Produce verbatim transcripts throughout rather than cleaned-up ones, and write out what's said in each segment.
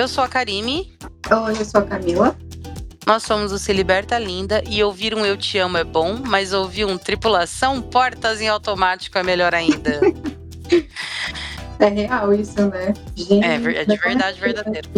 Eu sou a Karime. Oi, eu sou a Camila. Nós somos o Se Liberta Linda e ouvir um Eu Te Amo é bom, mas ouvir um Tripulação Portas em Automático é melhor ainda. É real isso, né? Gente, é, é de verdade verdadeiro.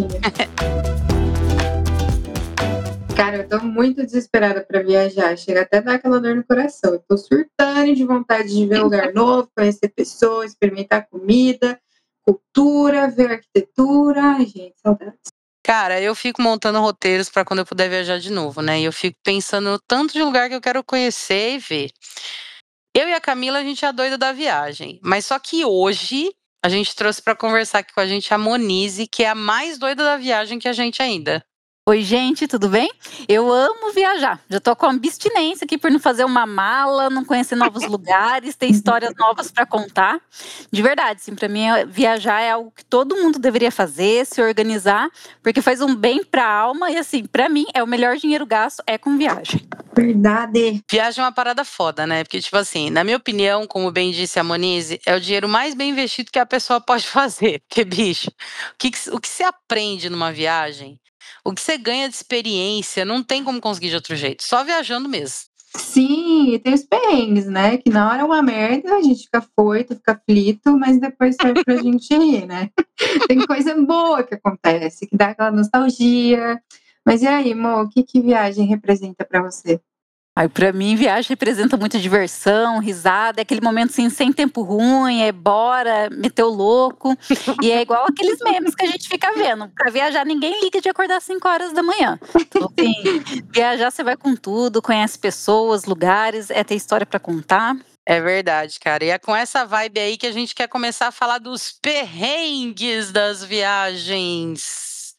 Cara, eu tô muito desesperada pra viajar. Chega até a dar aquela dor no coração. Eu tô surtando de vontade de ver lugar novo, conhecer pessoas, experimentar comida, cultura, ver arquitetura. Ai, gente, saudades. Cara, eu fico montando roteiros pra quando eu puder viajar de novo, né? E eu fico pensando no tanto de lugar que eu quero conhecer e ver. Eu e a Camila, a gente é doida da viagem. Mas só que hoje, a gente trouxe pra conversar aqui com a gente a Monize, que é a mais doida da viagem que a gente ainda. Oi, gente, tudo bem? Eu amo viajar. Já tô com abstinência aqui por não fazer uma mala, não conhecer novos lugares, ter histórias novas para contar. De verdade, sim, para mim viajar é algo que todo mundo deveria fazer, se organizar, porque faz um bem para a alma e assim, para mim é o melhor dinheiro gasto é com viagem. Verdade. Viagem é uma parada foda, né? Porque, tipo assim, na minha opinião, como bem disse a Monize, é o dinheiro mais bem investido que a pessoa pode fazer. Porque, bicho, o que, o que você aprende numa viagem, o que você ganha de experiência, não tem como conseguir de outro jeito. Só viajando mesmo. Sim, e tem os perrengues, né? Que na hora é uma merda, a gente fica foito, fica aflito, mas depois serve pra gente rir, né? Tem coisa boa que acontece, que dá aquela nostalgia. Mas e aí, Mo, o que, que viagem representa pra você? Aí, pra mim, viagem representa muita diversão, risada, é aquele momento assim, sem tempo ruim, é bora, meteu louco. E é igual aqueles memes que a gente fica vendo. Pra viajar, ninguém liga de acordar às cinco horas da manhã. Então, assim, viajar você vai com tudo, conhece pessoas, lugares, é ter história pra contar. É verdade, cara. E é com essa vibe aí que a gente quer começar a falar dos perrengues das viagens.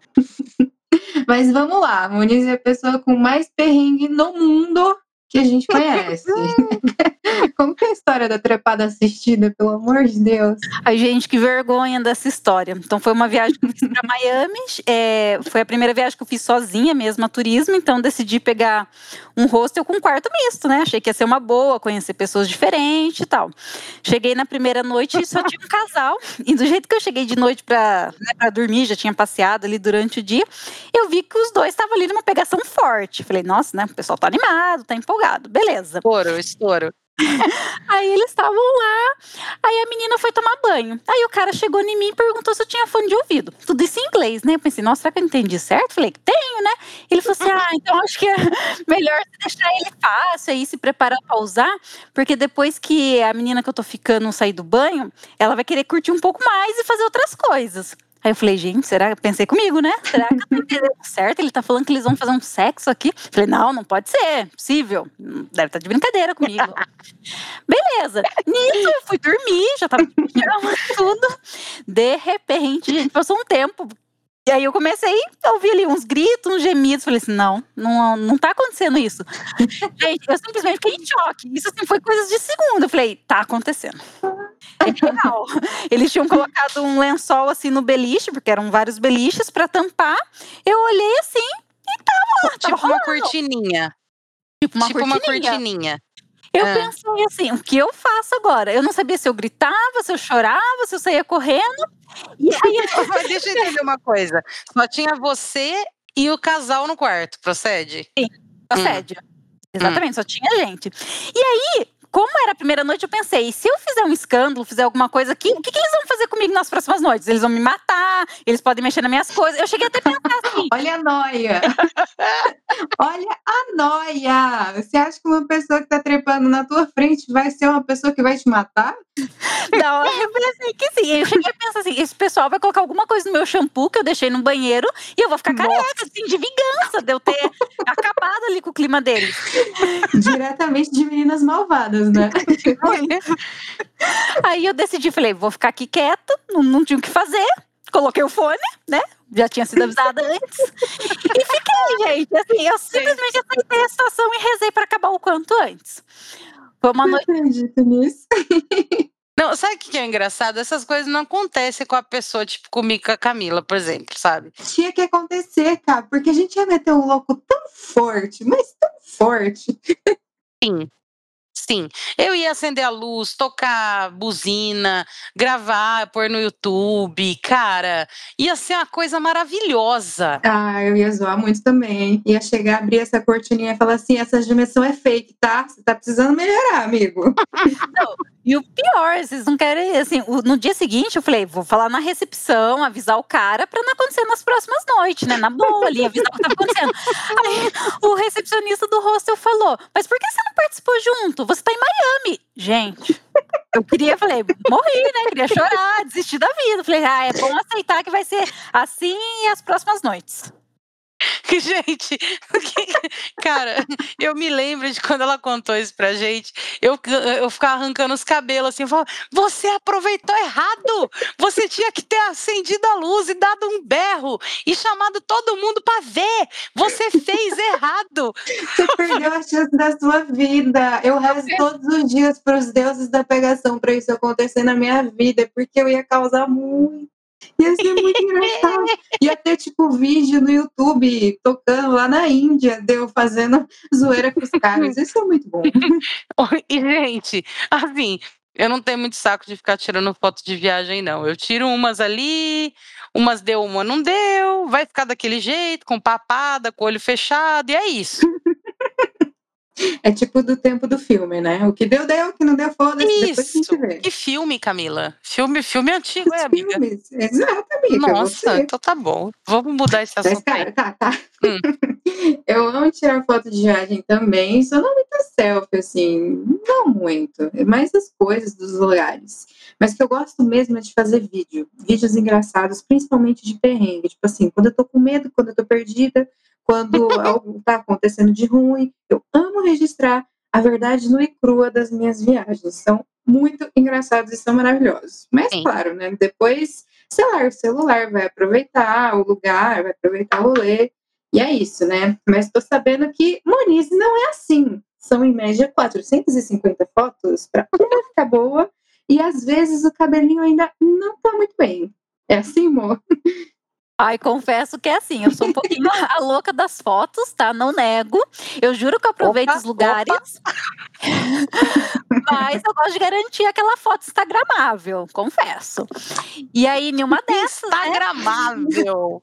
Mas vamos lá, a Monize é a pessoa com mais perrengue no mundo que a gente conhece. Como que é a história da trepada assistida, pelo amor de Deus? Ai, gente, que vergonha dessa história. Então, foi uma viagem que eu fiz para Miami. É, foi a primeira viagem que eu fiz sozinha mesmo, a turismo. Então, decidi pegar um hostel com um quarto misto, né? Achei que ia ser uma boa, conhecer pessoas diferentes e tal. Cheguei na primeira noite e só tinha um casal. E do jeito que eu cheguei de noite para né, para dormir, já tinha passeado ali durante o dia, eu vi que os dois estavam ali numa pegação forte. Falei, nossa, né? O pessoal tá animado, tá empolgado. Beleza. Estouro, estouro. Aí eles estavam lá, aí a menina foi tomar banho. Aí o cara chegou em mim e perguntou se eu tinha fone de ouvido. Tudo isso em inglês, né? Eu pensei, nossa, será que eu entendi certo? Falei, tenho, né? Ele falou assim, ah, então acho que é melhor você deixar ele fácil aí, se preparar pra usar, porque depois que a menina que eu tô ficando sair do banho, ela vai querer curtir um pouco mais e fazer outras coisas. Aí eu falei, gente, será? Pensei comigo, né? Será que eu tô entendendo certo? Ele tá falando que eles vão fazer um sexo aqui. Falei, não, não pode ser, possível. Deve estar de brincadeira comigo. Beleza. Nisso eu fui dormir, já tava de pijama, tudo. De repente, gente, passou um tempo. E aí eu comecei a ouvir ali uns gritos, uns gemidos. Falei assim, não, não, não tá acontecendo isso. Gente, eu simplesmente fiquei em choque. Isso assim foi coisas de segundo. Eu falei, tá acontecendo. É real. Eles tinham colocado um lençol assim no beliche, porque eram vários beliches pra tampar. Eu olhei assim e tava, tipo tava uma cortininha. Tipo uma tipo cortininha. Uma cortininha. Eu ah. pensei assim, o que eu faço agora? Eu não sabia se eu gritava, se eu chorava, se eu saía correndo. E aí, mas deixa eu entender uma coisa. Só tinha você e o casal no quarto, procede? Sim, procede. Hum. Exatamente, hum. só tinha gente. E aí, como era a primeira noite, eu pensei, se eu fizer um escândalo, fizer alguma coisa aqui, o que, que eles vão fazer comigo nas próximas noites? Eles vão me matar, eles podem mexer nas minhas coisas. Eu cheguei até a pensar assim. Olha a noia. Olha a noia. Você acha que uma pessoa que tá trepando na tua frente vai ser uma pessoa que vai te matar? Não, eu pensei que sim. Eu cheguei a pensar assim, esse pessoal vai colocar alguma coisa no meu shampoo que eu deixei no banheiro e eu vou ficar Nossa. careca, assim, de vingança de eu ter acabado ali com o clima deles. Diretamente de meninas malvadas, né? Aí eu decidi, falei, vou ficar aqui quieta, não, não tinha o que fazer. Coloquei o fone, né? Já tinha sido avisada antes. E fiquei, gente. Assim, eu simplesmente aceitei a situação e rezei para acabar o quanto antes. Foi uma noite. Não acredito nisso. Não, sabe o que é engraçado? Essas coisas não acontecem com a pessoa, tipo comigo, com a Camila, por exemplo, sabe? Tinha que acontecer, cara, porque a gente ia meter um louco tão forte, mas tão forte. Sim. Sim, eu ia acender a luz, tocar buzina, gravar, pôr no YouTube, cara, ia ser uma coisa maravilhosa. Ah, eu ia zoar muito também, hein. Ia chegar, abrir essa cortininha e falar assim: "Essa dimensão é fake, tá? Você tá precisando melhorar, amigo". Não, e o pior, vocês não querem assim, o no dia seguinte eu falei: "Vou falar na recepção, avisar o cara pra não acontecer nas próximas noites, né, na boa ali, avisar o que estava acontecendo". Aí o recepcionista do hostel falou: "Mas por que você não participou junto? Você tá em Miami". Gente, eu queria falei: "Morri, né, queria chorar, desistir da vida". Falei: "Ah, é bom aceitar que vai ser assim as próximas noites". Gente, cara, eu me lembro de quando ela contou isso pra gente, eu eu ficava arrancando os cabelos, assim, eu falava: "Você aproveitou errado, você tinha que ter acendido a luz e dado um berro, e chamado todo mundo pra ver, você fez errado". Você perdeu a chance da sua vida. Eu rezo todos os dias para os deuses da pegação pra isso acontecer na minha vida, porque eu ia causar muito ia ser muito engraçado. Ia ter, tipo, vídeo no YouTube tocando lá na Índia, de eu fazendo zoeira com os caras, isso é muito bom. E gente, assim, eu não tenho muito saco de ficar tirando foto de viagem não, eu tiro umas ali, umas deu, uma não deu, vai ficar daquele jeito, com papada, com o olho fechado, e é isso. É tipo do tempo do filme, né, o que deu, deu, o que não deu, foda-se, depois a gente Isso, vê. que filme Camila, filme filme antigo, Os hein, amiga. filmes, exato amiga, Nossa, você. então tá bom, vamos mudar esse Mas assunto aí. cara, tá, tá. Hum. Eu amo tirar foto de viagem também, só não muita selfie, assim, não muito, é mais as coisas dos lugares. Mas o que eu gosto mesmo é de fazer vídeo, vídeos engraçados, principalmente de perrengue, tipo assim, quando eu tô com medo, quando eu tô perdida, quando algo tá acontecendo de ruim, eu amo registrar a verdade nua e crua das minhas viagens, são muito engraçados e são maravilhosos. Mas Sim. claro, né, depois, sei lá, o celular vai aproveitar o lugar, vai aproveitar o rolê, e é isso, né. Mas tô sabendo que Moniz não é assim, são em média quatrocentas e cinquenta fotos pra uma ficar boa, e às vezes o cabelinho ainda não tá muito bem. É assim, Mô? Ai, confesso que é assim, eu sou um pouquinho a louca das fotos, tá, não nego, eu juro que eu aproveito Opa, os lugares, opa. mas eu gosto de garantir aquela foto instagramável, confesso. E aí em uma dessas, né Instagramável.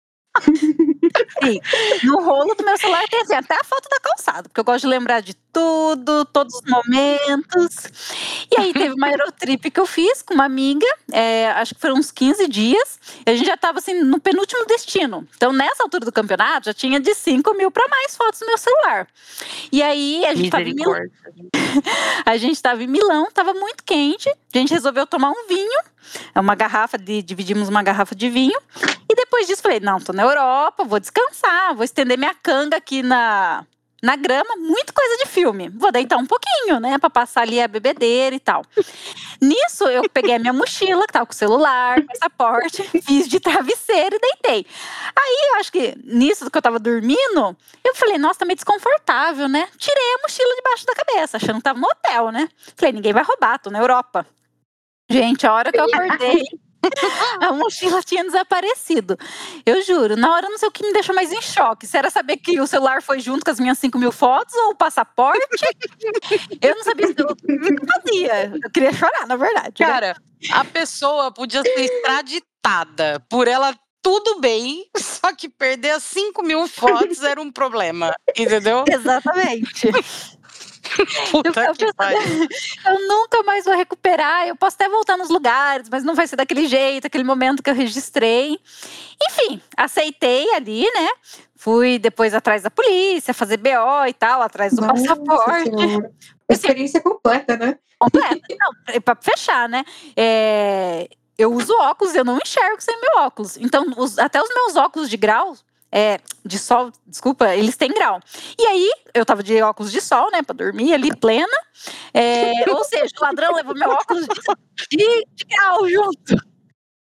Sim, no rolo do meu celular tem, assim, até a foto da calçada, porque eu gosto de lembrar de tudo, todos os momentos. E aí teve uma Eurotrip que eu fiz com uma amiga, eh, acho que foram uns quinze dias, e a gente já estava, assim, no penúltimo destino. Então nessa altura do campeonato já tinha de cinco mil pra mais fotos no meu celular. E aí a gente estava em Milão a gente estava em Milão, estava muito quente, a gente resolveu tomar um vinho, uma garrafa de dividimos uma garrafa de vinho, e depois disso falei: "Não, tô na Europa, vou descansar, vou estender minha canga aqui na na grama", muito coisa de filme, "vou deitar um pouquinho, né, pra passar ali a bebedeira e tal". Nisso eu peguei a minha mochila, que estava com o celular, passaporte, fiz de travesseiro e deitei. Aí eu acho que nisso que eu estava dormindo, eu falei: "Nossa, tá meio desconfortável, né". Tirei a mochila debaixo da cabeça, achando que estava no hotel, né. Falei: "Ninguém vai roubar, tô na Europa". Gente, a hora que eu acordei, a mochila tinha desaparecido. Eu juro, na hora eu não sei o que me deixou mais em choque, se era saber que o celular foi junto com as minhas cinco mil fotos ou o passaporte. Eu não sabia o que eu fazia, eu queria chorar na verdade, né. Cara, a pessoa podia ser extraditada, por ela tudo bem, só que perder as cinco mil fotos era um problema, entendeu? Exatamente. Puta Eu que eu pariu. eu nunca mais vou recuperar, eu posso até voltar nos lugares, mas não vai ser daquele jeito, aquele momento que eu registrei. Enfim, aceitei ali, né, fui depois atrás da polícia, fazer B O e tal, atrás do Nossa passaporte. senhora, experiência completa, né. Completa, não, e pra fechar, né, eh, eu uso óculos e eu não enxergo sem meu óculos, então os até os meus óculos de grau, eh, de sol, desculpa, eles têm grau. E aí, eu estava de óculos de sol, né, pra dormir ali plena, eh, ou seja, o ladrão levou meu óculos de de grau junto.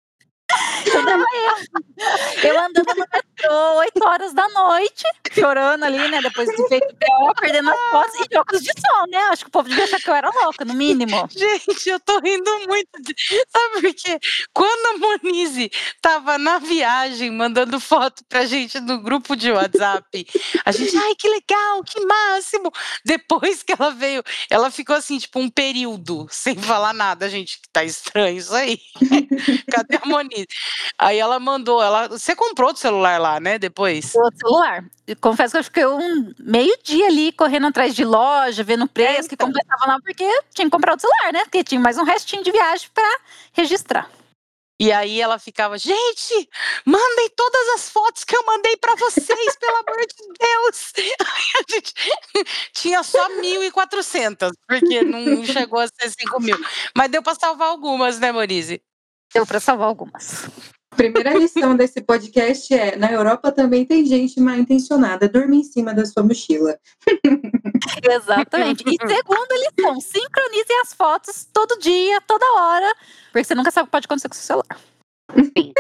Então tava eu. Eu andando no metrô, oito horas da noite, chorando ali, né? Depois de feito B O, perdendo as fotos e de óculos de sol, né? Acho que o povo devia achar que eu era louca, no mínimo. Gente, eu tô rindo muito. De... Sabe por quê? Quando a Monize tava na viagem, mandando foto pra gente no grupo de WhatsApp, a gente, ai, que legal, que máximo. Depois que ela veio, ela ficou assim, tipo, um período, sem falar nada. Gente, tá estranho isso aí. Cadê a Monize? Aí ela mandou, ela, você comprou outro celular lá, né, depois? O celular. Eu confesso que eu fiquei um meio dia ali, correndo atrás de loja, vendo preço, É, que então. completava lá, porque tinha que comprar outro celular, né? Porque tinha mais um restinho de viagem pra registrar. E aí ela ficava, gente, mandem todas as fotos que eu mandei pra vocês, pelo amor de Deus. Aí a gente tinha só mil e quatrocentas, porque não chegou a ser cinco mil. Mas deu pra salvar algumas, né, Monize? Deu pra salvar algumas. Primeira lição desse podcast é: na Europa também tem gente mal intencionada, dorme em cima da sua mochila. Exatamente. E segunda lição, sincronize as fotos todo dia, toda hora, porque você nunca sabe o que pode acontecer com o seu celular. Sim.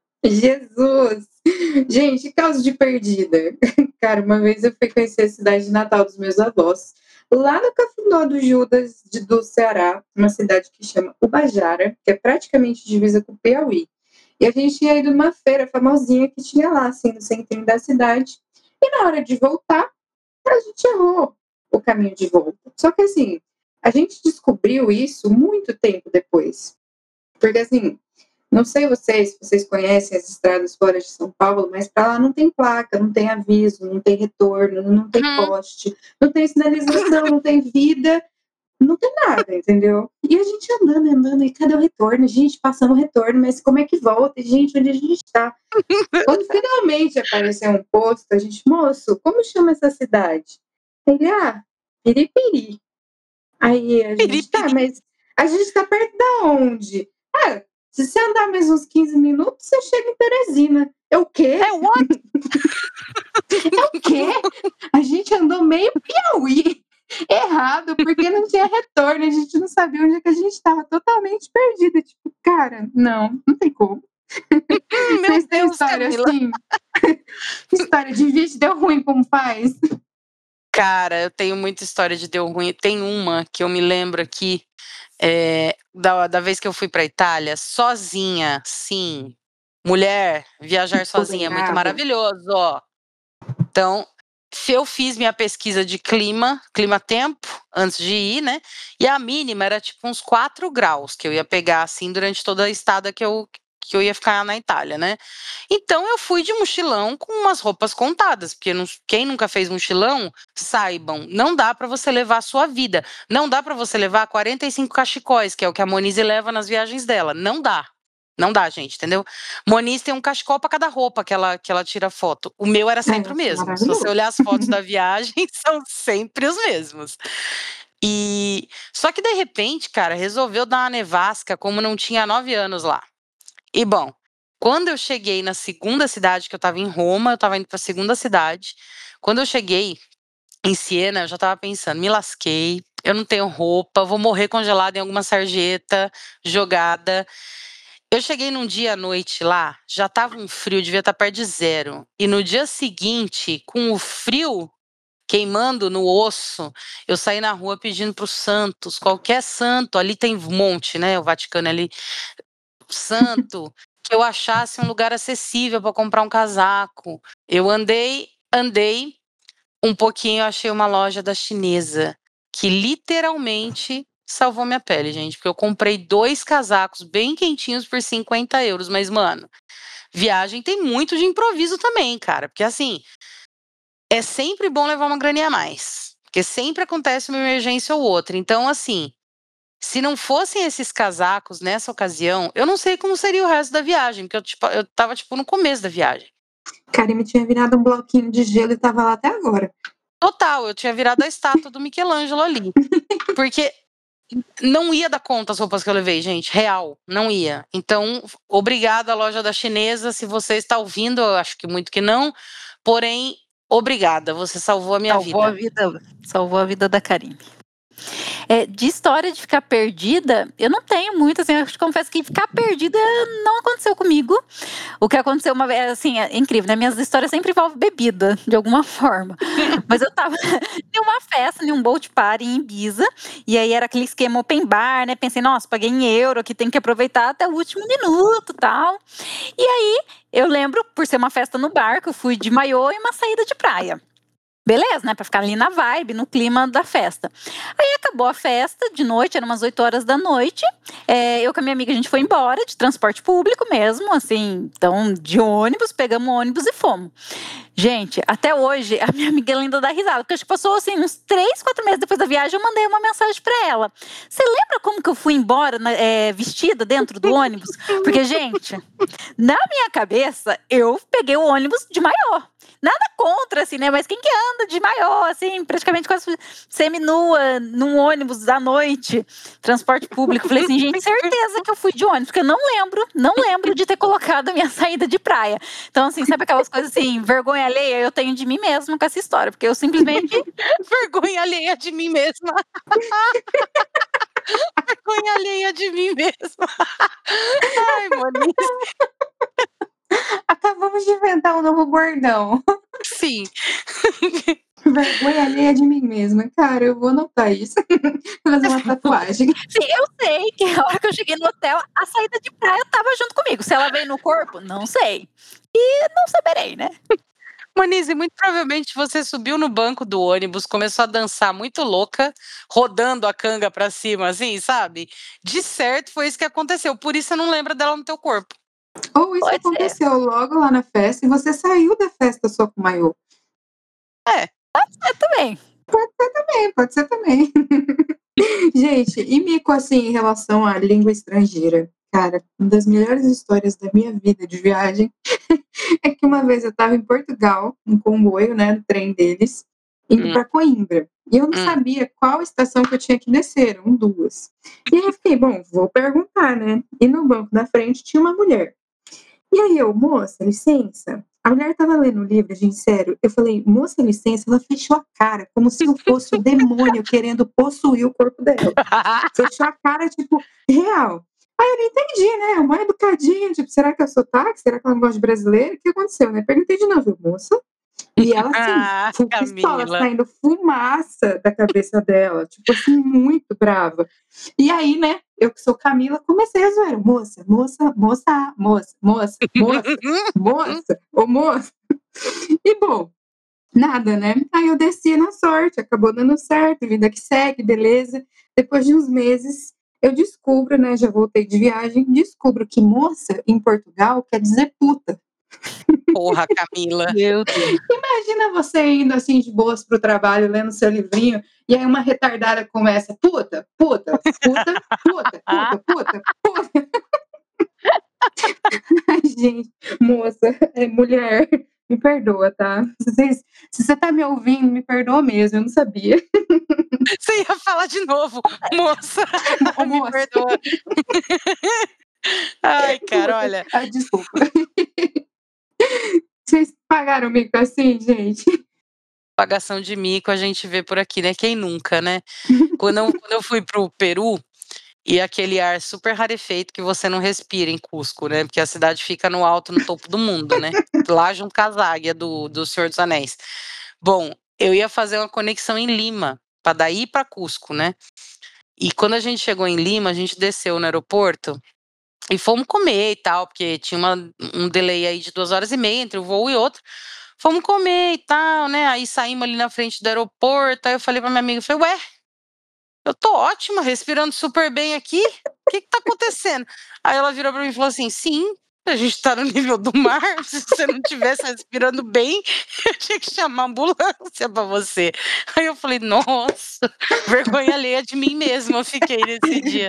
Jesus! Gente, caso de perdida. Cara, uma vez eu fui conhecer a cidade de Natal dos meus avós, lá no Cafundó do Judas, de, do Ceará, uma cidade que chama Ubajara, que é praticamente divisa com o Piauí. E a gente tinha ido numa feira famosinha que tinha lá, assim, no centro da cidade. E na hora de voltar, a gente errou o caminho de volta. Só que, assim, a gente descobriu isso muito tempo depois. Porque, assim, não sei vocês, se vocês conhecem as estradas fora de São Paulo, mas para lá não tem placa, não tem aviso, não tem retorno, não tem Uhum. poste, não tem sinalização, não tem vida, não tem nada, entendeu? E a gente andando, andando, e cadê o retorno? Gente, passamos o retorno, mas como é que volta? E, gente, onde a gente está? Quando finalmente apareceu um posto, a gente, moço, como chama essa cidade? Ele, ah, Piripiri. Aí a gente, tá, mas a gente está perto da onde? Ah, se você andar mais uns quinze minutos, você chega em Teresina. É o quê? É what? É o quê? A gente andou meio Piauí errado, porque não tinha retorno, a gente não sabia onde é que a gente estava, totalmente perdida. Tipo, cara, não, não tem como. Meu Vocês têm Deus, história Camila. assim? História de vídeo deu ruim, como faz? Cara, eu tenho muita história de deu ruim. Tem uma que eu me lembro aqui, é, da, da vez que eu fui pra Itália, sozinha, sim. Mulher, viajar sozinha é muito Obrigada. maravilhoso, ó. Então, eu fiz minha pesquisa de clima, clima-tempo, antes de ir, né? E a mínima era tipo uns quatro graus, que eu ia pegar, assim, durante toda a estada que eu, que eu ia ficar na Itália, né? Então, eu fui de mochilão com umas roupas contadas, porque não- quem nunca fez mochilão, saibam, não dá pra você levar a sua vida. Não dá pra você levar quarenta e cinco cachecóis, que é o que a Monize leva nas viagens dela. Não dá. Não dá, gente, entendeu? Moniz tem um cachecol pra cada roupa que ela, que ela tira foto. O meu era sempre É, o mesmo. Se maravilhoso. você olhar as fotos da viagem, são sempre os mesmos. E só que de repente, cara, resolveu dar uma nevasca como não tinha nove anos lá. E bom, quando eu cheguei na segunda cidade, que eu tava em Roma, eu tava indo pra segunda cidade. Quando eu cheguei em Siena, eu já tava pensando, me lasquei, eu não tenho roupa, vou morrer congelada em alguma sarjeta jogada. Eu cheguei num dia à noite lá, já tava um frio, devia estar perto de zero. E no dia seguinte, com o frio queimando no osso, eu saí na rua pedindo para os santos, qualquer santo, ali tem um monte, né? O Vaticano ali, santo, que eu achasse um lugar acessível para comprar um casaco. Eu andei, andei um pouquinho, eu achei uma loja da chinesa, que literalmente salvou minha pele, gente, porque eu comprei dois casacos bem quentinhos por cinquenta euros, mas, mano, viagem tem muito de improviso também, cara, porque assim, é sempre bom levar uma graninha a mais, porque sempre acontece uma emergência ou outra, então, assim, se não fossem esses casacos nessa ocasião, eu não sei como seria o resto da viagem, porque eu, tipo, eu tava, tipo, no começo da viagem. Karime tinha virado um bloquinho de gelo e tava lá até agora. Total, eu tinha virado a estátua do Michelangelo ali, porque não ia dar conta as roupas que eu levei, gente, real, não ia. Então, obrigada, loja da chinesa, se você está ouvindo, eu acho que muito que não, porém, obrigada, você salvou a minha Salvou a vida. vida, salvou a vida da Karime. É, de história de ficar perdida, eu não tenho muito, assim, eu te confesso que ficar perdida não aconteceu comigo. O que aconteceu uma vez, assim, é incrível, né? Minhas histórias sempre envolvem bebida, de alguma forma. Mas eu tava em uma festa, em um boat party em Ibiza, e aí era aquele esquema open bar, né? Pensei, nossa, paguei em euro, aqui tem que aproveitar até o último minuto e tal. E aí, eu lembro, por ser uma festa no barco, eu fui de maiô e uma saída de praia. Beleza, né? Pra ficar ali na vibe, no clima da festa. Aí acabou a festa de noite, eram umas oito horas da noite. É, eu com a minha amiga, a gente foi embora, de transporte público mesmo, assim, então de ônibus, pegamos o ônibus e fomos. Gente, até hoje, a minha amiga ainda dá risada, porque acho que passou assim, uns três, quatro meses depois da viagem, eu mandei uma mensagem pra ela. Você lembra como que eu fui embora é, vestida dentro do ônibus? Porque, gente, na minha cabeça, eu peguei o ônibus de maiô. Nada contra, assim, né? Mas quem que anda de maiô, assim, praticamente quase semi-nua, num ônibus à noite, transporte público. Falei assim, gente, certeza que eu fui de ônibus, porque eu não lembro, não lembro de ter colocado a minha saída de praia. Então, assim, sabe aquelas coisas assim, vergonha alheia? Eu tenho de mim mesma com essa história, porque eu simplesmente... Vergonha alheia de mim mesma. Vergonha alheia de mim mesma. Ai, Monize. Acabamos de inventar um novo bordão. Sim. Vergonha alheia de mim mesma. Cara, eu vou anotar isso. Vou fazer uma tatuagem. Sim, eu sei que a hora que eu cheguei no hotel, a saída de praia tava junto comigo. Se ela veio no corpo, não sei. E não saberei, né? Monize, muito provavelmente você subiu no banco do ônibus, começou a dançar muito louca, rodando a canga pra cima, assim, sabe? De certo foi isso que aconteceu, por isso você não lembra dela no teu corpo. Ou isso Pode aconteceu ser. logo lá na festa e você saiu da festa só com maiô. É. Pode ser também. Pode ser também, pode ser também. Gente, e mico assim em relação à língua estrangeira? Cara, uma das melhores histórias da minha vida de viagem é que uma vez eu estava em Portugal, um comboio, né, no trem deles, indo Hum. para Coimbra. E eu não Hum. sabia qual estação que eu tinha que descer, eram duas. E aí eu fiquei, bom, vou perguntar, né? E no banco da frente tinha uma mulher. E aí eu, moça, licença. A mulher tava lendo o livro, gente, sério. Eu falei, moça, licença, ela fechou a cara, como se eu fosse o demônio querendo possuir o corpo dela. Fechou a cara, tipo, real. Aí eu não entendi, né? Uma educadinha, tipo, será que é sotaque? Será que ela não gosta de brasileiro? O que aconteceu, né? Perguntei de novo, moça. E ela, assim, Ah, full pistola, Camila. saindo fumaça da cabeça dela. Tipo assim, muito brava. E aí, né, eu que sou Camila, comecei a zoar. Moça, moça, moça, moça, moça, moça, moça, ô moça. E, bom, nada, né? Aí eu desci na sorte, acabou dando certo, vida que segue, beleza. Depois de uns meses, eu descubro, né, já voltei de viagem, descubro que moça, em Portugal, quer dizer puta. Porra, Camila. Meu Deus. Imagina você indo assim de boas pro trabalho, lendo seu livrinho, e aí uma retardada começa, puta, puta, puta, puta, puta, puta, puta. Ai, gente, moça, é, mulher, me perdoa, tá? Se, vocês, se você tá me ouvindo, me perdoa mesmo, eu não sabia. Você ia falar de novo, moça. Ô, Me moça. perdoa. Ai, cara, olha. Ah, desculpa. Vocês pagaram mico assim, gente? Pagação de mico a gente vê por aqui, né? Quem nunca, né? Quando eu, quando eu fui pro Peru, e aquele ar super rarefeito que você não respira em Cusco, né? Porque a cidade fica no alto, no topo do mundo, né? Lá junto com as águias do, do Senhor dos Anéis. Bom, eu ia fazer uma conexão em Lima, para daí para Cusco, né? E quando a gente chegou em Lima, a gente desceu no aeroporto e fomos comer e tal, porque tinha uma, um delay aí de duas horas e meia entre um voo e outro. Fomos comer e tal, né? Aí saímos ali na frente do aeroporto, aí eu falei pra minha amiga, eu falei, ué, eu tô ótima, respirando super bem aqui, o que que tá acontecendo? Aí ela virou pra mim e falou assim, sim, a gente tá no nível do mar, se você não estivesse respirando bem, eu tinha que chamar a ambulância pra você. Aí eu falei, nossa, vergonha alheia de mim mesma, eu fiquei nesse dia.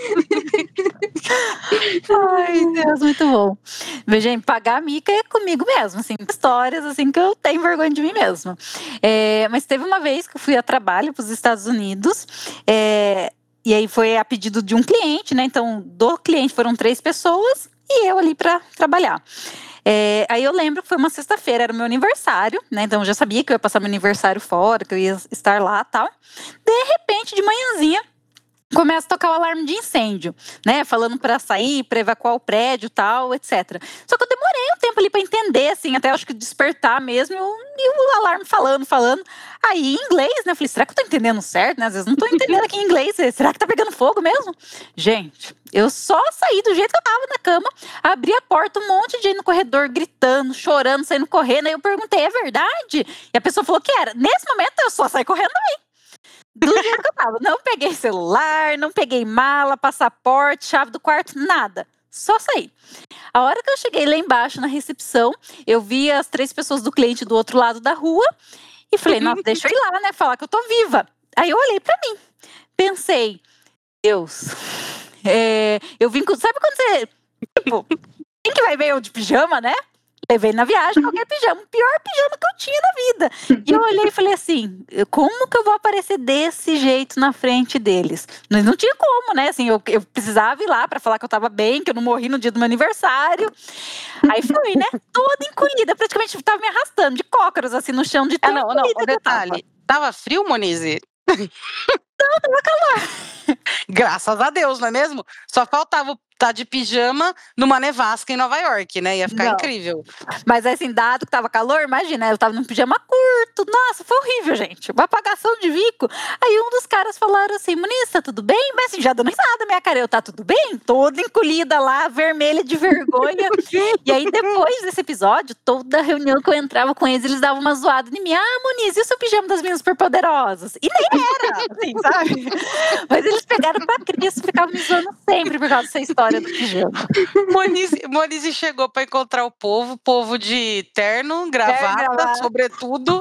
Ai, Deus, muito bom. Veja, em pagar mica é comigo mesmo, assim, histórias assim que eu tenho vergonha de mim mesma. É, mas teve uma vez que eu fui a trabalho para os Estados Unidos, é, e aí foi a pedido de um cliente, né? Então, do cliente foram três pessoas e eu ali para trabalhar. É, aí eu lembro que foi uma sexta-feira, era o meu aniversário, né? Então eu já sabia que eu ia passar meu aniversário fora, que eu ia estar lá e tal. De repente, de manhãzinha, começa a tocar o alarme de incêndio, né? Falando pra sair, pra evacuar o prédio, tal, etcétera. Só que eu demorei um tempo ali pra entender, assim, até acho que despertar mesmo, e o, e o alarme falando, falando. Aí, em inglês, né? Eu falei, será que eu tô entendendo certo, né? Às vezes não tô entendendo aqui em inglês. Será que tá pegando fogo mesmo? Gente, eu só saí do jeito que eu tava na cama, abri a porta, um monte de gente no corredor gritando, chorando, saindo correndo. Aí eu perguntei, é verdade? E a pessoa falou que era. Nesse momento, eu só saí correndo também. Do jeito que eu tava. Não peguei celular, não peguei mala, passaporte, chave do quarto, nada. Só saí. A hora que eu cheguei lá embaixo na recepção, eu vi as três pessoas do cliente do outro lado da rua e falei, nossa, deixa eu ir lá, né, falar que eu tô viva. Aí eu olhei pra mim, pensei, Deus, é, eu vim com, sabe quando você, tipo, quem que vai ver eu de pijama, né? Levei na viagem qualquer pijama, o pior pijama que eu tinha na vida. E eu olhei e falei assim, como que eu vou aparecer desse jeito na frente deles? Mas não tinha como, né? Assim, eu, eu precisava ir lá pra falar que eu tava bem, que eu não morri no dia do meu aniversário. Aí fui, né? Toda encolhida, praticamente tava me arrastando de cócoras, assim, no chão de Ah, tão não, não, encolhida o que eu tava. detalhe. Tava frio, Monize? Não, tava calor. Graças a Deus, não é mesmo? Só faltava estar de pijama numa nevasca em Nova York, né? Ia ficar Não. incrível. Mas assim, dado que tava calor, imagina, eu tava num pijama curto. Nossa, foi horrível, gente. Uma apagação de bico. Aí um dos caras falaram assim, Muniz, tá tudo bem? Mas assim, já dando risada minha cara. Eu, tá tudo bem? Toda encolhida lá, vermelha de vergonha. E aí depois desse episódio, toda reunião que eu entrava com eles, eles davam uma zoada em mim. Ah, Muniz, e o seu pijama das meninas superpoderosas? E nem era, assim, sabe? Mas eles pegaram pra Cristo, ficavam me zoando sempre por causa dessa história do pijama. Monize, Monize chegou para encontrar o povo, povo de terno, gravata, gravata. sobretudo.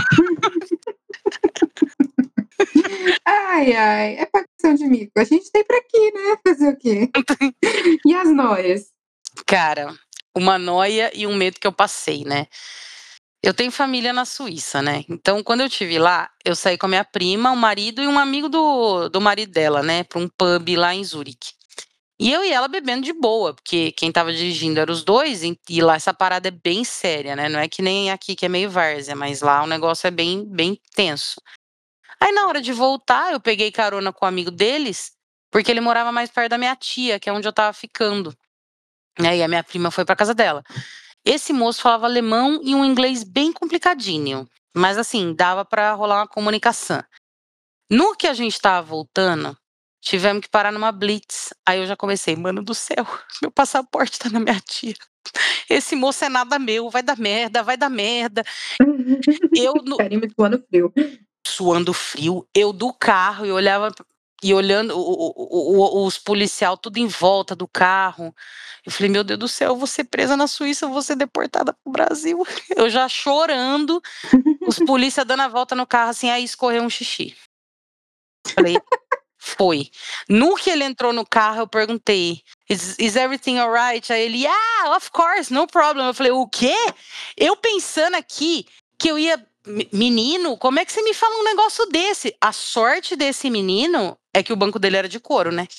Ai, ai, é pagação de mico. A gente tem pra aqui, né? Fazer o quê? E as noias? Cara, uma noia e um medo que eu passei, né? Eu tenho família na Suíça, né? Então, quando eu estive lá, eu saí com a minha prima, o marido e um amigo do, do marido dela, né? Para um pub lá em Zurique. E eu e ela bebendo de boa, porque quem tava dirigindo eram os dois, e lá essa parada é bem séria, né? Não é que nem aqui que é meio várzea, mas lá o negócio é bem, bem tenso. Aí na hora de voltar, eu peguei carona com o amigo deles, porque ele morava mais perto da minha tia, que é onde eu tava ficando. E aí a minha prima foi pra casa dela. Esse moço falava alemão e um inglês bem complicadinho, mas assim, dava pra rolar uma comunicação. No que a gente tava voltando, tivemos que parar numa blitz. Aí eu já comecei, mano do céu, meu passaporte tá na minha tia. Esse moço é nada meu, vai dar merda, vai dar merda. Eu no... Carinho suando frio. Suando frio, eu do carro e olhava e olhando o, o, o, os policial tudo em volta do carro. Eu falei, meu Deus do céu, eu vou ser presa na Suíça, eu vou ser deportada pro Brasil. Eu já chorando, os polícia dando a volta no carro assim, aí escorreu um xixi. Falei, foi. No que ele entrou no carro, eu perguntei, is, is everything alright? Aí ele, yeah, of course, no problem. Eu falei, o quê? Eu pensando aqui que eu ia, menino, como é que você me fala um negócio desse? A sorte desse menino é que o banco dele era de couro, né?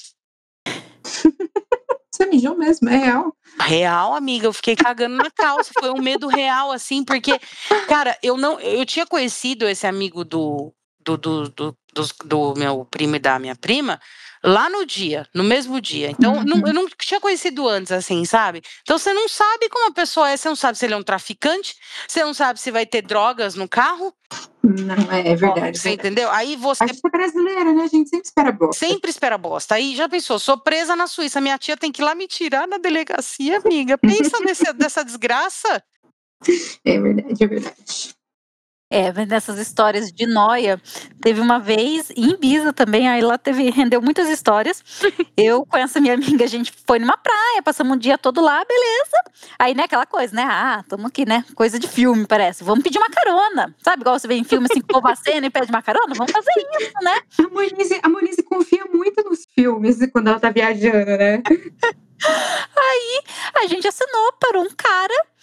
Você mijou mesmo, é real. Real, amiga, eu fiquei cagando na calça, foi um medo real, assim, porque, cara, eu não, eu tinha conhecido esse amigo do, do, do, do, do, do meu primo e da minha prima, lá no dia, no mesmo dia, então, Uhum. não, eu não tinha conhecido antes, assim, sabe? Então, você não sabe como a pessoa é, você não sabe se ele é um traficante, você não sabe se vai ter drogas no carro. Não, é, é verdade. Você verdade. entendeu? Aí você... A gente é brasileira, né? A gente sempre espera bosta. Sempre espera bosta. Aí já pensou, sou presa na Suíça, minha tia tem que ir lá me tirar na delegacia, amiga. Pensa nesse, dessa desgraça. É verdade, é verdade. É, mas nessas histórias de noia, teve uma vez em Ibiza também, aí lá teve, rendeu muitas histórias. Eu com essa minha amiga, a gente foi numa praia, passamos um dia todo lá, beleza. Aí, né, aquela coisa, né, ah, tamo aqui, né, coisa de filme, parece. Vamos pedir uma carona, sabe, igual você vê em filme, assim, que o povo acena e pede uma carona? Vamos fazer isso, né? A Monize, a Monize confia muito nos filmes quando ela tá viajando, né? Aí, a gente assinou para um cara.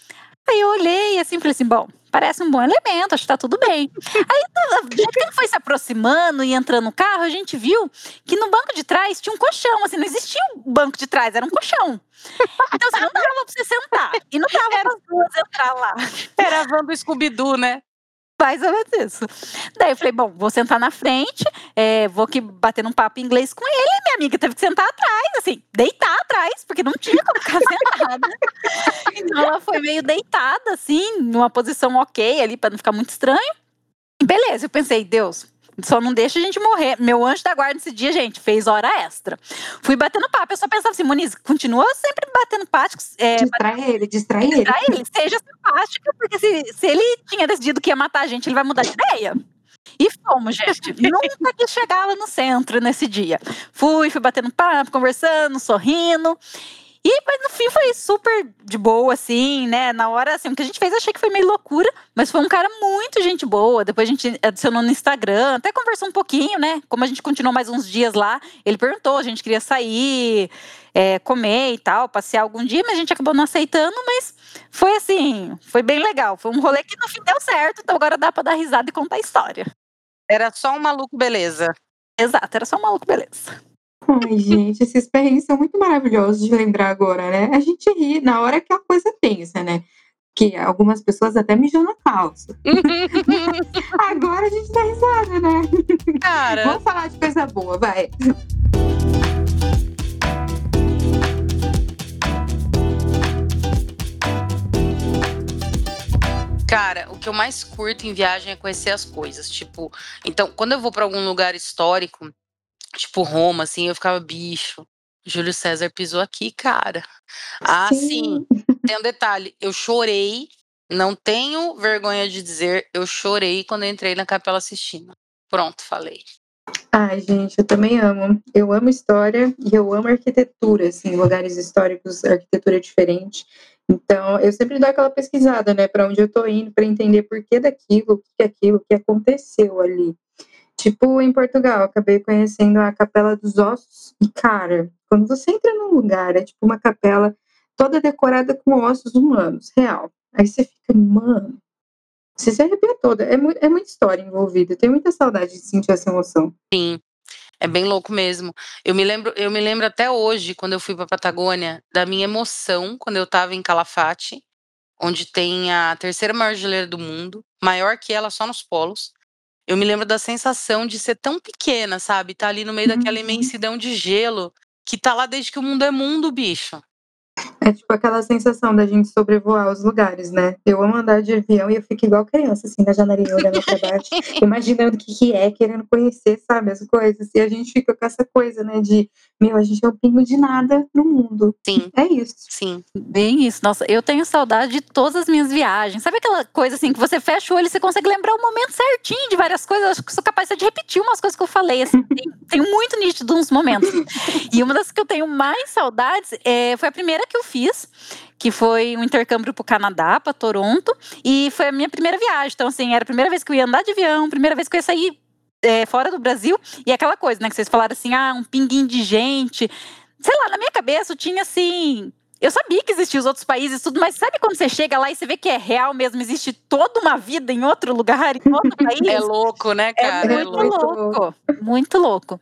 Aí eu olhei assim, falei assim, bom, parece um bom elemento, acho que tá tudo bem. Aí, do jeito que ele foi se aproximando e entrando no carro, a gente viu que no banco de trás tinha um colchão, assim, não existia um banco de trás, era um colchão. Então, assim, não dava pra você sentar. E não dava Era- para as duas entrar lá. Era a van do Scooby-Doo, né? Mais ou menos isso. Daí eu falei, bom, vou sentar na frente, é, vou aqui bater um papo em inglês com ele. E minha amiga teve que sentar atrás, assim, deitar atrás, porque não tinha como ficar sentada. Então ela foi meio deitada, assim, numa posição ok ali, pra não ficar muito estranho. E beleza, eu pensei, Deus, só não deixa a gente morrer. Meu anjo da guarda nesse dia, gente, fez hora extra. Fui batendo papo, eu só pensava assim, Moniz, continua sempre batendo papo. É, Distrai ele, distrai ele. Pra ele, seja simpática, porque se, se ele tinha decidido que ia matar a gente, ele vai mudar de ideia. E fomos, gente. Nunca quis chegar lá no centro nesse dia. Fui, fui batendo papo, conversando, sorrindo. E mas no fim foi super de boa, assim, né? Na hora, assim, o que a gente fez, achei que foi meio loucura, mas foi um cara muito gente boa. Depois a gente adicionou no Instagram, até conversou um pouquinho, né? Como a gente continuou mais uns dias lá, ele perguntou, a gente queria sair, é, comer e tal, passear algum dia, mas a gente acabou não aceitando, mas foi assim, foi bem legal. Foi um rolê que no fim deu certo, então agora dá pra dar risada e contar a história. Era só um maluco, beleza. Exato, era só um maluco, beleza. Ai, gente, esses perrengues são muito maravilhosos de lembrar agora, né? A gente ri na hora que a coisa pensa, né? Que algumas pessoas até mijam na calça. Agora a gente dá risada, né? Cara, Vamos falar de coisa boa, vai. Cara, o que eu mais curto em viagem é conhecer as coisas. Tipo, então, quando eu vou pra algum lugar histórico, tipo Roma, assim, eu ficava, bicho, Júlio César pisou aqui, cara. Ah, sim. Tem um detalhe, eu chorei, não tenho vergonha de dizer, eu chorei quando eu entrei na Capela Sistina. Pronto, falei. Ai, gente, eu também amo. Eu amo história e eu amo arquitetura, assim, lugares históricos, arquitetura diferente. Então, eu sempre dou aquela pesquisada, né, para onde eu tô indo, para entender por que daquilo, o que é aquilo, o que aconteceu ali. Tipo, em Portugal, eu acabei conhecendo a Capela dos Ossos. E, cara, quando você entra num lugar, é tipo uma capela toda decorada com ossos humanos, real. Aí você fica, mano, você se arrepia toda. É, mu é muita história envolvida. Eu tenho muita saudade de sentir essa emoção. Sim, é bem louco mesmo. Eu me lembro, eu me lembro até hoje, quando eu fui pra Patagônia, da minha emoção quando eu tava em Calafate, onde tem a terceira maior geleira do mundo, maior que ela só nos polos. Eu me lembro da sensação de ser tão pequena, sabe? Tá ali no meio daquela Uhum. imensidão de gelo, que tá lá desde que o mundo é mundo, bicho. É tipo aquela sensação da gente sobrevoar os lugares, né? Eu amo andar de avião e eu fico igual criança, assim, na janelinha olhando pra baixo, imaginando o que, que é, querendo conhecer, sabe, as coisas. E a gente fica com essa coisa, né, de, meu, a gente é um pingo de nada no mundo. Sim, É isso. sim. Bem isso. Nossa, eu tenho saudade de todas as minhas viagens. Sabe aquela coisa assim que você fecha o olho e você consegue lembrar o momento certinho de várias coisas? Eu acho que sou capaz de repetir umas coisas que eu falei. Assim, tem- tenho muito nítido uns momentos. E uma das que eu tenho mais saudades é, foi a primeira que eu fiz, que foi um intercâmbio pro Canadá, para Toronto. E foi a minha primeira viagem. Então, assim, era a primeira vez que eu ia andar de avião, primeira vez que eu ia sair é, fora do Brasil. E aquela coisa, né, que vocês falaram assim, ah, um pinguinho de gente. Sei lá, na minha cabeça eu tinha assim. Eu sabia que existiam os outros países, tudo, mas sabe quando você chega lá e você vê que é real mesmo, existe toda uma vida em outro lugar, em outro país? É louco, né, É cara? muito, muito louco, muito louco.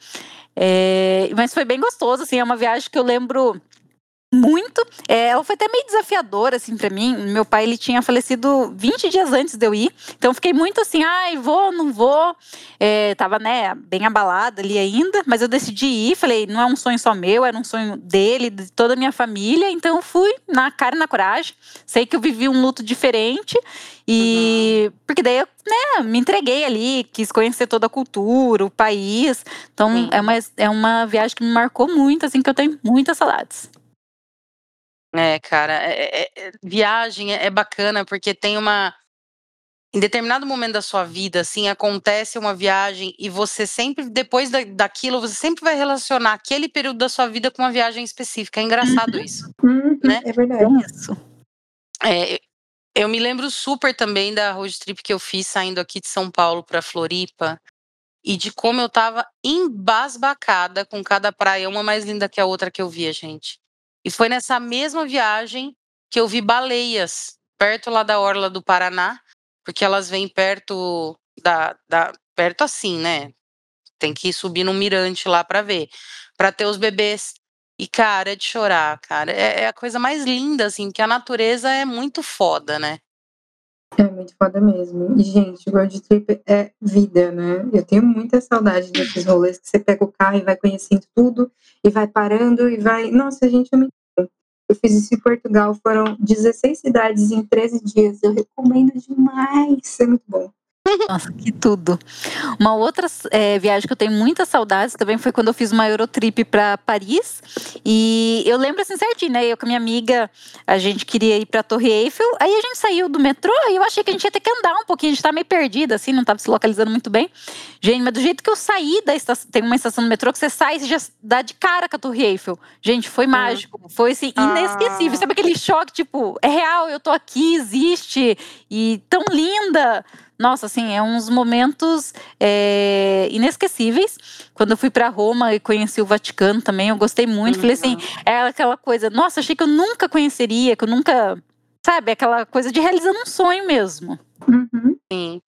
É, mas foi bem gostoso, assim, é uma viagem que eu lembro muito. É, ela foi até meio desafiadora, assim, pra mim. Meu pai, ele tinha falecido vinte dias antes de eu ir, então eu fiquei muito assim, ai, vou, não vou. É, tava, né, bem abalada ali ainda, mas eu decidi ir, falei, não é um sonho só meu, era um sonho dele, de toda a minha família, então eu fui na cara e na coragem. Sei que eu vivi um luto diferente, e Uhum. porque daí eu, né, me entreguei ali, quis conhecer toda a cultura, o país, então Sim. é uma, é uma viagem que me marcou muito, assim, que eu tenho muitas saudades. É, cara, é, é- é- viagem é, é bacana porque tem uma. Em determinado momento da sua vida, assim, acontece uma viagem e você sempre, depois da, daquilo, você sempre vai relacionar aquele período da sua vida com uma viagem específica. É engraçado isso, Uhum, né? é verdade. É isso. É, eu me lembro super também da road trip que eu fiz saindo aqui de São Paulo pra Floripa e de como eu tava embasbacada com cada praia, uma mais linda que a outra que eu via, gente. E foi nessa mesma viagem que eu vi baleias perto lá da orla do Paraná, porque elas vêm perto da da perto assim, né, tem que subir num mirante lá pra ver, pra ter os bebês. E cara, é de chorar, cara, é é a coisa mais linda, assim, porque a natureza é muito foda, né. É muito foda mesmo. E gente, road trip é vida, né. Eu tenho muita saudade desses rolês que você pega o carro e vai conhecendo tudo, e vai parando e vai nossa, gente, é muito bom. Eu fiz isso em Portugal, foram dezesseis cidades em treze dias, eu recomendo demais, é muito bom. Nossa, que tudo. Uma outra s eh, viagem que eu tenho muitas saudades também foi quando eu fiz uma Eurotrip pra Paris, e eu lembro, assim, certinho, né, eu com a minha amiga, a gente queria ir pra Torre Eiffel, aí a gente saiu do metrô e eu achei que a gente ia ter que andar um pouquinho, a gente estava meio perdida, assim, não estava se localizando muito bem. Gente, mas do jeito que eu saí da estaç tem uma estação do metrô que você sai e você já s dá de cara com a Torre Eiffel. Gente, foi Hum. mágico, foi, assim, inesquecível. Ah. Sabe aquele choque, tipo, é real, eu tô aqui, existe, e tão linda. Nossa, assim, é uns momentos, eh, inesquecíveis. Quando eu fui pra Roma e conheci o Vaticano também, eu gostei muito, falei assim, Uhum. é aquela coisa: "Nossa, achei que eu nunca conheceria, que eu nunca", sabe, aquela coisa de realizando um sonho mesmo. Uhum. Sim.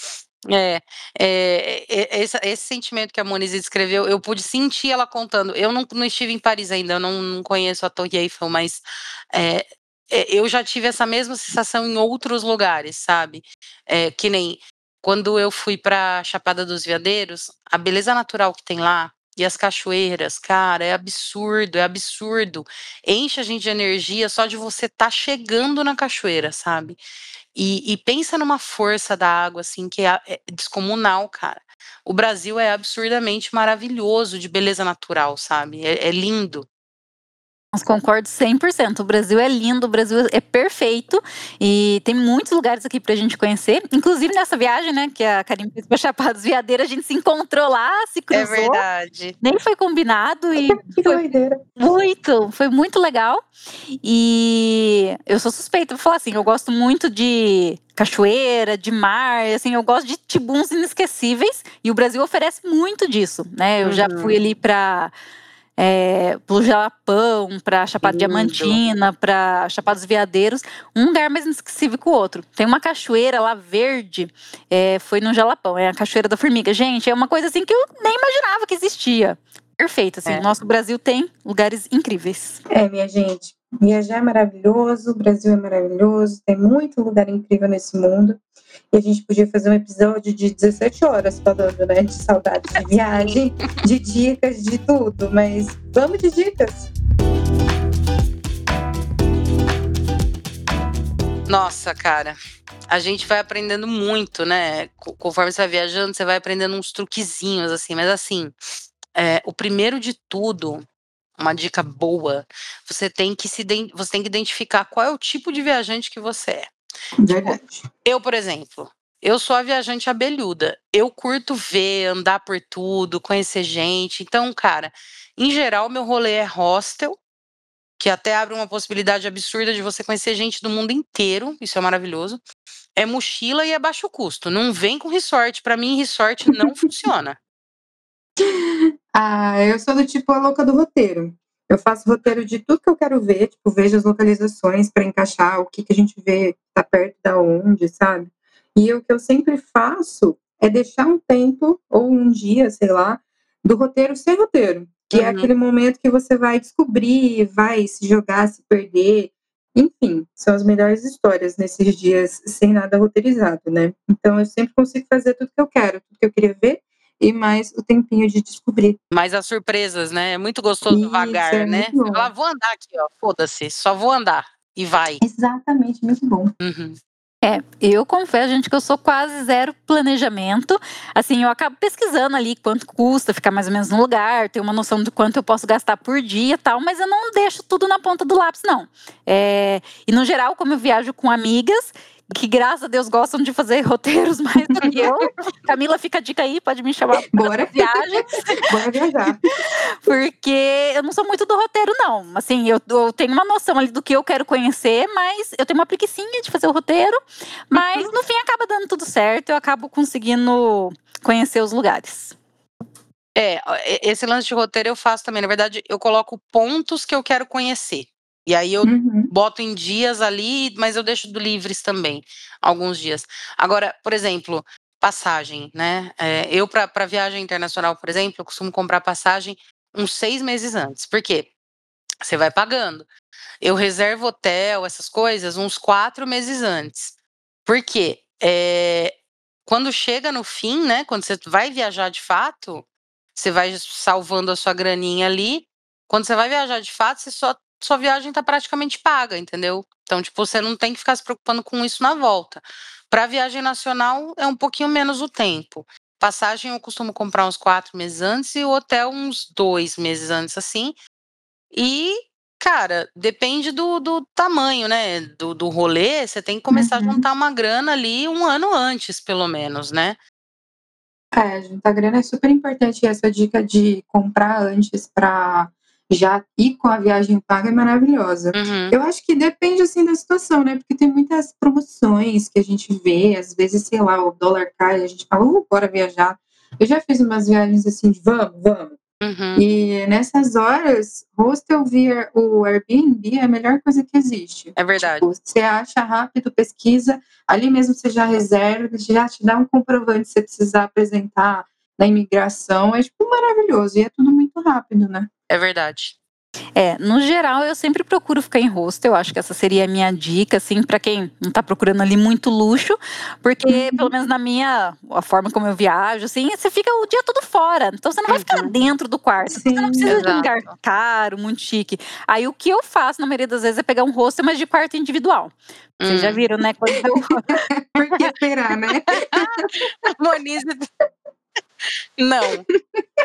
É, eh, e essa esse sentimento que a Monize descreveu, eu pude sentir ela contando. Eu não não estive em Paris ainda, eu não não conheço a Torre Eiffel, mas, eh eh, eu já tive essa mesma sensação em outros lugares, sabe. Eh, que nem quando eu fui pra Chapada dos Veadeiros, a beleza natural que tem lá, e as cachoeiras, cara, é absurdo, é absurdo. Enche a gente de energia só de você estar chegando na cachoeira, sabe. E e pensa numa força da água, assim, que é a é descomunal, cara. O Brasil é absurdamente maravilhoso de beleza natural, sabe, é é lindo. Nossa, concordo cem por cento. O Brasil é lindo, o Brasil é perfeito, e tem muitos lugares aqui pra gente conhecer. Inclusive nessa viagem, né, que a Karine fez pra Chapada dos Veadeiros, a gente se encontrou lá, se É cruzou, verdade. nem foi combinado e Que foi doideira. muito, foi muito legal. E eu sou suspeita pra falar, assim, eu gosto muito de cachoeira, de mar, assim, eu gosto de tibuns inesquecíveis, e o Brasil oferece muito disso, né. Eu já fui Uhum. ali pra, eh, para o Jalapão, pra Chapada Lindo. Diamantina, pra Chapada dos Veadeiros, um lugar mais inesquecível que o outro. Tem uma cachoeira lá verde, eh, foi no Jalapão, é a Cachoeira da Formiga. Gente, é uma coisa, assim, que eu nem imaginava que existia. Perfeito, assim, É. nosso Brasil tem lugares incríveis. É, minha gente, viajar é maravilhoso, o Brasil é maravilhoso, tem muito lugar incrível nesse mundo, e a gente podia fazer um episódio de dezessete horas falando, né, de saudades de viagem, de dicas, de tudo, mas vamos de dicas. Nossa, cara, a gente vai aprendendo muito, né, co conforme você vai viajando, você vai aprendendo uns truquezinhos, assim, mas assim, eh, o primeiro de tudo, uma dica boa, você tem que se iden você tem que identificar qual é o tipo de viajante que você é. Tipo, Verdade. eu, por exemplo, eu sou a viajante abelhuda, eu curto ver, andar por tudo, conhecer gente, então, cara, em geral, meu rolê é hostel, que até abre uma possibilidade absurda de você conhecer gente do mundo inteiro, isso é maravilhoso. É mochila e é baixo custo, não vem com resort, pra mim resort não funciona. Ah, eu sou do tipo a louca do roteiro. Eu faço roteiro de tudo que eu quero ver, tipo, vejo as localizações pra encaixar o que que a gente vê, tá perto da onde, sabe. E o que eu sempre faço é deixar um tempo ou um dia, sei lá, do roteiro sem roteiro, que é Uhum. aquele momento que você vai descobrir, vai se jogar, se perder, enfim, são as melhores histórias nesses dias sem nada roteirizado, né. Então eu sempre consigo fazer tudo que eu quero, tudo que eu queria ver, e mais o tempinho de descobrir. Mais as surpresas, né, é muito gostoso Isso, vagar, é né. muito Você fala: "Ah, bom. vou andar aqui ó, foda-se, só vou andar", e vai. Exatamente, muito bom. Uhum. É, eu confesso, gente, que eu sou quase zero planejamento, assim, eu acabo pesquisando ali quanto custa ficar mais ou menos no lugar, ter uma noção do quanto eu posso gastar por dia, tal, mas eu não deixo tudo na ponta do lápis não. Eh, e no geral, como eu viajo com amigas, que graças a Deus gostam de fazer roteiros mais do que eu, Camila, fica a dica aí, pode me chamar para Bora. as viagens. Bora viajar. Porque eu não sou muito do roteiro não, assim, eu eu tenho uma noção ali do que eu quero conhecer, mas eu tenho uma preguicinha de fazer o roteiro, mas no fim acaba dando tudo certo, eu acabo conseguindo conhecer os lugares. É, o e esse lance de roteiro eu faço também, na verdade eu coloco pontos que eu quero conhecer. E aí eu Uhum. boto em dias ali, mas eu deixo do livres também, alguns dias. Agora, por exemplo, passagem, né, eh, eu pra pra viagem internacional, por exemplo, eu costumo comprar passagem uns seis meses antes. Por quê? Você vai pagando. Eu reservo hotel, essas coisas, uns quatro meses antes. Por quê? Eh, quando chega no fim, né, quando você vai viajar de fato, você vai salvando a sua graninha ali, quando você vai viajar de fato, você só sua viagem tá praticamente paga, entendeu. Então, tipo, você não tem que ficar se preocupando com isso na volta. Pra viagem nacional, é um pouquinho menos o tempo. Passagem eu costumo comprar uns quatro meses antes e o hotel uns dois meses antes, assim. E, cara, depende do do tamanho, né, do do rolê, você tem que começar a Uhum. juntar uma grana ali um ano antes, pelo menos, né. É, juntar grana é super importante e essa dica de comprar antes pra já ir com a viagem paga é maravilhosa. Uhum. Eu acho que depende, assim, da situação, né, porque tem muitas promoções que a gente vê, às vezes, sei lá, o dólar cai e a gente fala: "Uh, bora viajar". Eu já fiz umas viagens assim de: "Vamos, vamos". Uhum. E nessas horas, hostel via o Airbnb é a melhor coisa que existe. É verdade. Tipo, você acha rápido, pesquisa, ali mesmo você já reserva, já te dá um comprovante se você precisar apresentar na imigração, é, tipo, maravilhoso e é tudo muito rápido, né. É verdade. É, no geral eu sempre procuro ficar em hostel, acho que essa seria a minha dica, assim, pra quem não tá procurando ali muito luxo, porque pelo Uhum. menos na minha a forma como eu viajo, assim, você fica o dia todo fora, então você não vai ficar Uhum. dentro do quarto, então você não Sim. precisa de um lugar Exato. caro, muito chique. Aí o que eu faço na maioria das vezes é pegar um hostel, mas de quarto individual. Vocês já Hum. viram, né, quando eu Por que será, né? Monize não.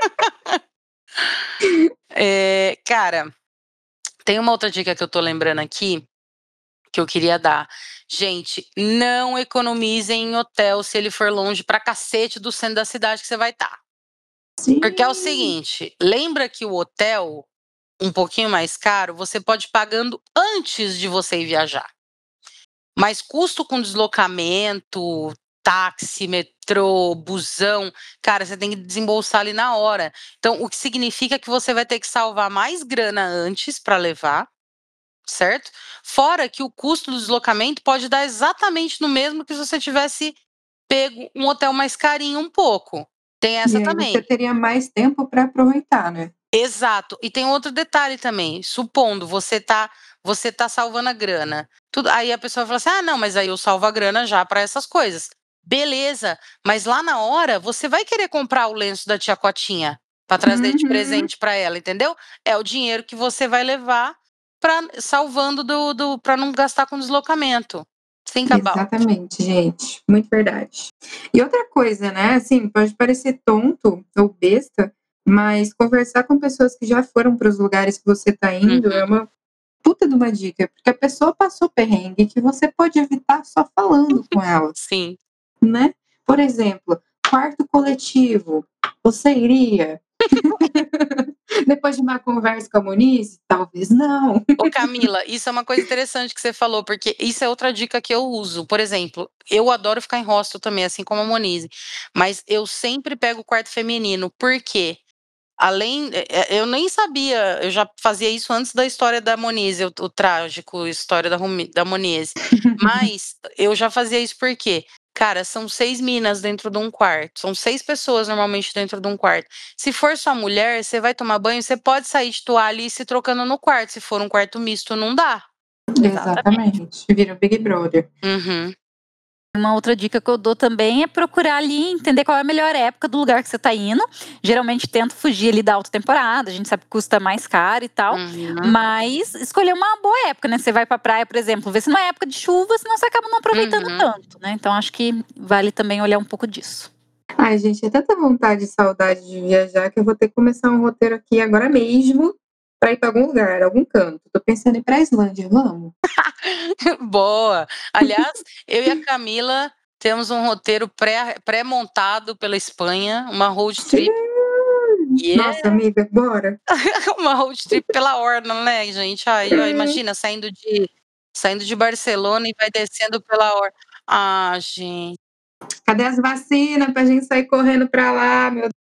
Eh, cara, tem uma outra dica que eu tô lembrando aqui, que eu queria dar. Gente, não economizem em hotel se ele for longe pra cacete do centro da cidade que você vai estar. Porque é o Sim. seguinte, lembra que o hotel, um pouquinho mais caro, você pode ir pagando antes de você ir viajar. Mas custo com deslocamento, táxi, metrô, busão, cara, você tem que desembolsar ali na hora. Então, o que significa que você vai ter que salvar mais grana antes pra levar, certo. Fora que o custo do deslocamento pode dar exatamente no mesmo que se você tivesse pego um hotel mais carinho um pouco, tem E essa aí você também. teria mais tempo pra aproveitar, né. Exato. E tem outro detalhe também, supondo, você tá você tá salvando a grana, tudo aí a pessoa fala assim: "Ah não, mas aí eu salvo a grana já pra essas coisas". Beleza, mas lá na hora você vai querer comprar o lenço da tia Cotinha, pra trazer de Uhum. presente pra ela, entendeu. É o dinheiro que você vai levar pra salvando do do pra não gastar com deslocamento. Think about. Exatamente, gente, muito verdade. E outra coisa, né, assim, pode parecer tonto ou besta, mas conversar com pessoas que já foram para os lugares que você tá indo é Uhum. uma puta de uma dica, porque a pessoa passou perrengue que você pode evitar só falando com ela, Sim. né. Por exemplo, quarto coletivo, você iria? Depois de uma conversa com a Monize? Talvez não. Ô Camila, isso é uma coisa interessante que você falou, porque isso é outra dica que eu uso. Por exemplo, eu adoro ficar em hostel também, assim como a Monize, mas eu sempre pego o quarto feminino, por quê? Além eh eh, eu nem sabia, eu já fazia isso antes da história da Monize, o o trágico história da Romi da Monize, mas eu já fazia isso por quê? Cara, são seis minas dentro de um quarto, são seis pessoas normalmente dentro de um quarto. Se for só mulher, você vai tomar banho, você pode sair de toalha e ir se trocando no quarto, se for um quarto misto não dá. Exatamente. Exatamente, vira o Big Brother. Uhum. Uma outra dica que eu dou também é procurar ali entender qual é a melhor época do lugar que você tá indo, geralmente tento fugir ali da alta temporada, a gente sabe que custa mais caro e tal, Uhum. mas escolher uma boa época, né, você vai pra praia, por exemplo, vê se não é época de chuva, senão você acaba não aproveitando Uhum. tanto, né, então acho que vale também olhar um pouco disso. Ai gente, é tanta vontade e saudade de viajar que eu vou ter que começar um roteiro aqui agora mesmo, pra ir pra algum lugar, algum canto. Tô pensando em ir pra Islândia, vamos? Boa. Aliás, eu e a Camila temos um roteiro pré pré-montado pela Espanha, uma road Sim. trip. Yeah. Nossa amiga, bora. Uma road trip pela orla, né, gente. Ai, ó, Hum. imagina saindo de saindo de Barcelona e vai descendo pela or ah, gen Cadê as vacina pra gente sair correndo pra lá, meu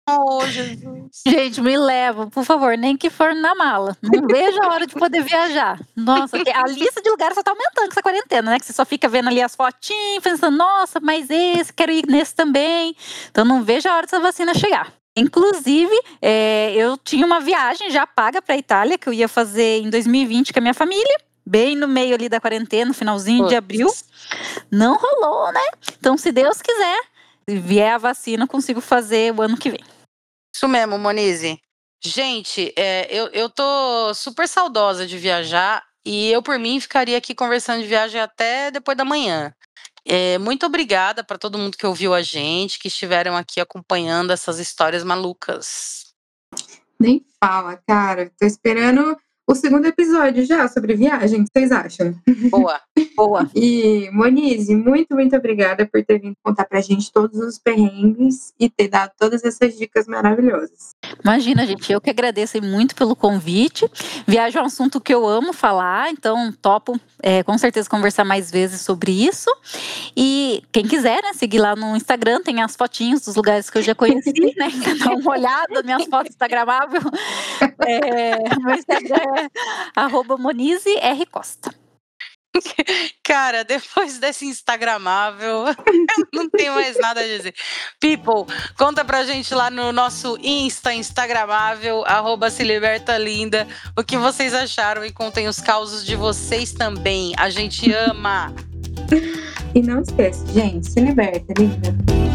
Oh, Jesus. Gente, me leva, por favor, nem que for na mala. Não vejo a hora de poder viajar. Nossa, a lista de lugares só tá aumentando com essa quarentena, né? Que você só fica vendo ali as fotinhas, pensando, nossa, mas esse, quero ir nesse também. Então não vejo a hora dessa vacina chegar. Inclusive, é, eu tinha uma viagem já paga pra Itália, que eu ia fazer em dois mil e vinte com a minha família. Bem no meio ali da quarentena, no finalzinho de abril. Não rolou, né? Então, se Deus quiser, se vier a vacina, eu consigo fazer o ano que vem. Isso mesmo, Monize. Gente, é, eu, eu tô super saudosa de viajar e eu, por mim, ficaria aqui conversando de viagem até depois da manhã. É, muito obrigada para todo mundo que ouviu a gente, que estiveram aqui acompanhando essas histórias malucas. Nem fala, cara. Tô esperando o segundo episódio já sobre viagem. O que vocês acham? Boa, boa. E, Monize, muito, muito obrigada por ter vindo contar pra gente todos os perrengues e ter dado todas essas dicas maravilhosas. Imagina, gente, eu que agradeço muito pelo convite. Viagem é um assunto que eu amo falar, então topo é, com certeza conversar mais vezes sobre isso. E quem quiser, né, seguir lá no Instagram, tem as fotinhos dos lugares que eu já conheci, né? Dá uma olhada, minhas fotos instagramáveis. É, meu Instagram é arroba Monize R Costa. Cara, depois desse instagramável, não tenho mais nada a dizer. People, conta pra gente lá no nosso Insta, instagramável, arroba se liberta linda, o que vocês acharam e contem os causos de vocês também. A gente ama! E não esquece, gente, se liberta, linda!